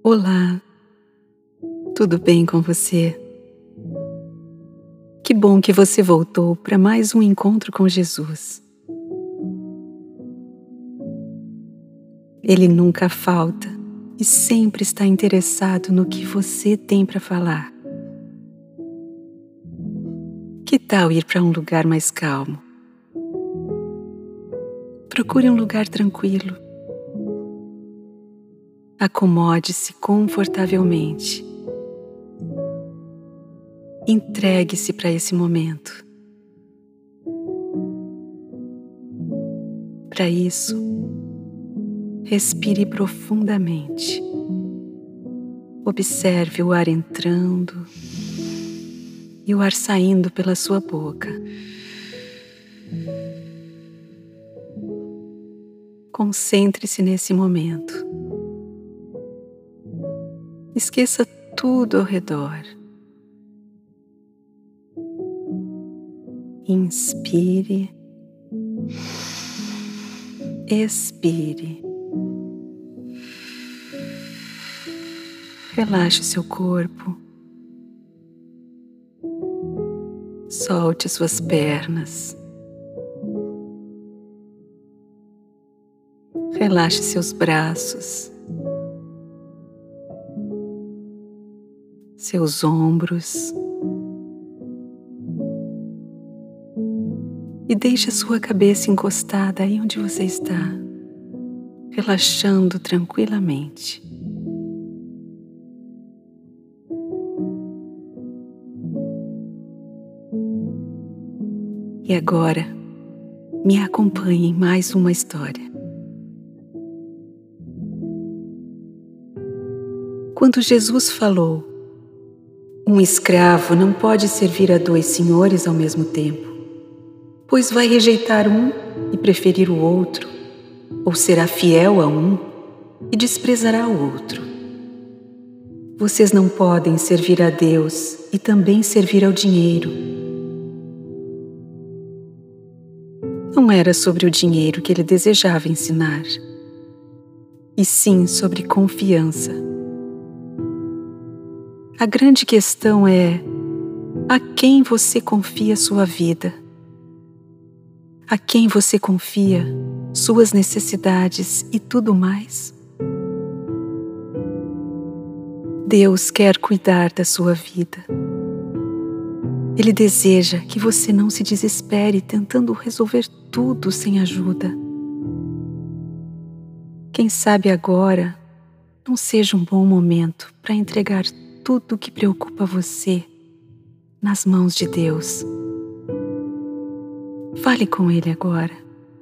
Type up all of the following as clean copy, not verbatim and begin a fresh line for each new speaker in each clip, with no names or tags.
Olá, tudo bem com você? Que bom que você voltou para mais um encontro com Jesus. Ele nunca falta e sempre está interessado no que você tem para falar. Que tal ir para um lugar mais calmo? Procure um lugar tranquilo. Acomode-se confortavelmente. Entregue-se para esse momento. Para isso, respire profundamente. Observe o ar entrando e o ar saindo pela sua boca. Concentre-se nesse momento. Esqueça tudo ao redor. Inspire, expire. Relaxe seu corpo. Solte suas pernas. Relaxe seus braços, seus ombros e deixe a sua cabeça encostada aí onde você está, relaxando tranquilamente. E agora, me acompanhe em mais uma história. Quando Jesus falou: "Um escravo não pode servir a 2 senhores ao mesmo tempo, pois vai rejeitar um e preferir o outro, ou será fiel a um e desprezará o outro. Vocês não podem servir a Deus e também servir ao dinheiro." Não era sobre o dinheiro que ele desejava ensinar, e sim sobre confiança. A grande questão é: a quem você confia sua vida? A quem você confia suas necessidades e tudo mais? Deus quer cuidar da sua vida. Ele deseja que você não se desespere tentando resolver tudo sem ajuda. Quem sabe agora não seja um bom momento para entregar tudo o que preocupa você nas mãos de Deus. Fale com Ele agora.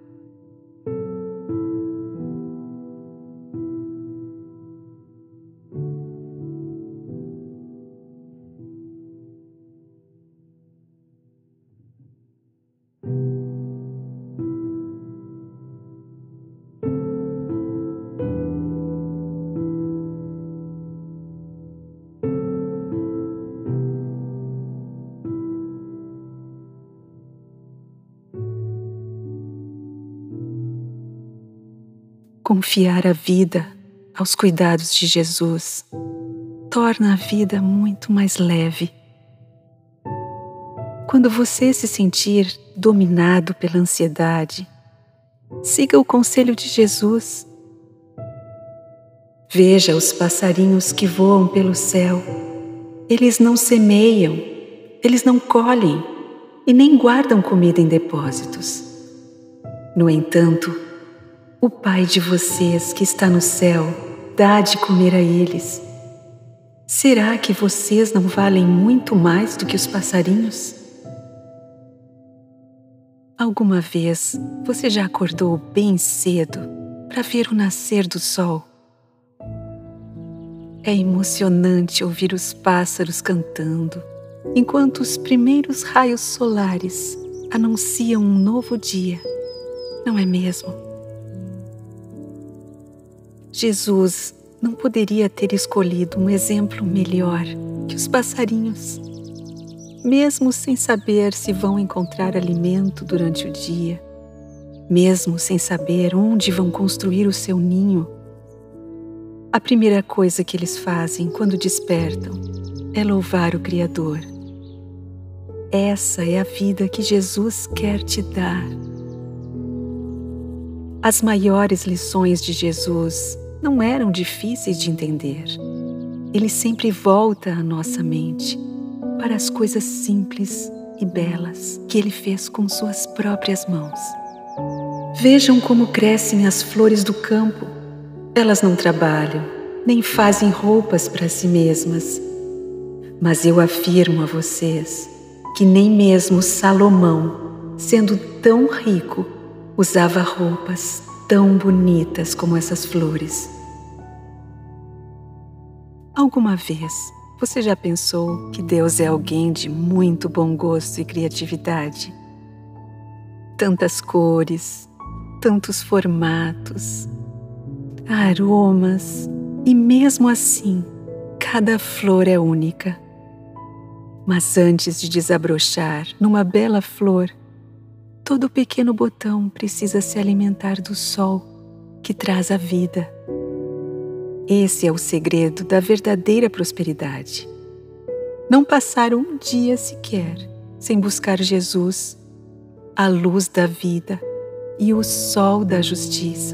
Confiar a vida aos cuidados de Jesus torna a vida muito mais leve. Quando você se sentir dominado pela ansiedade, siga o conselho de Jesus. Veja os passarinhos que voam pelo céu. Eles não semeiam, eles não colhem e nem guardam comida em depósitos. No entanto, o Pai de vocês que está no céu dá de comer a eles. Será que vocês não valem muito mais do que os passarinhos? Alguma vez você já acordou bem cedo para ver o nascer do sol? É emocionante ouvir os pássaros cantando, enquanto os primeiros raios solares anunciam um novo dia, não é mesmo? Jesus não poderia ter escolhido um exemplo melhor que os passarinhos. Mesmo sem saber se vão encontrar alimento durante o dia, mesmo sem saber onde vão construir o seu ninho, A primeira coisa que eles fazem quando despertam é louvar o Criador. Essa é a vida que Jesus quer te dar. As maiores lições de Jesus não eram difíceis de entender. Ele sempre volta à nossa mente para as coisas simples e belas que Ele fez com suas próprias mãos. Vejam como crescem as flores do campo. Elas não trabalham, nem fazem roupas para si mesmas. Mas eu afirmo a vocês que nem mesmo Salomão, sendo tão rico, usava roupas tão bonitas como essas flores. Alguma vez você já pensou que Deus é alguém de muito bom gosto e criatividade? Tantas cores, tantos formatos, aromas, e mesmo assim, cada flor é única. Mas antes de desabrochar numa bela flor, todo pequeno botão precisa se alimentar do sol que traz a vida. Esse é o segredo da verdadeira prosperidade. Não passar um dia sequer sem buscar Jesus, a luz da vida e o sol da justiça.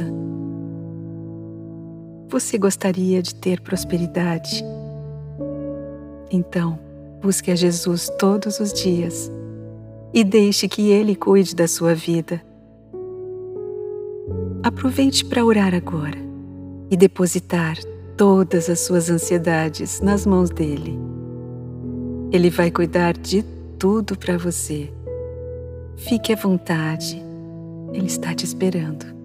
Você gostaria de ter prosperidade? Então, busque a Jesus todos os dias e deixe que Ele cuide da sua vida. Aproveite para orar agora e depositar todas as suas ansiedades nas mãos dele. Ele vai cuidar de tudo para você. Fique à vontade, Ele está te esperando.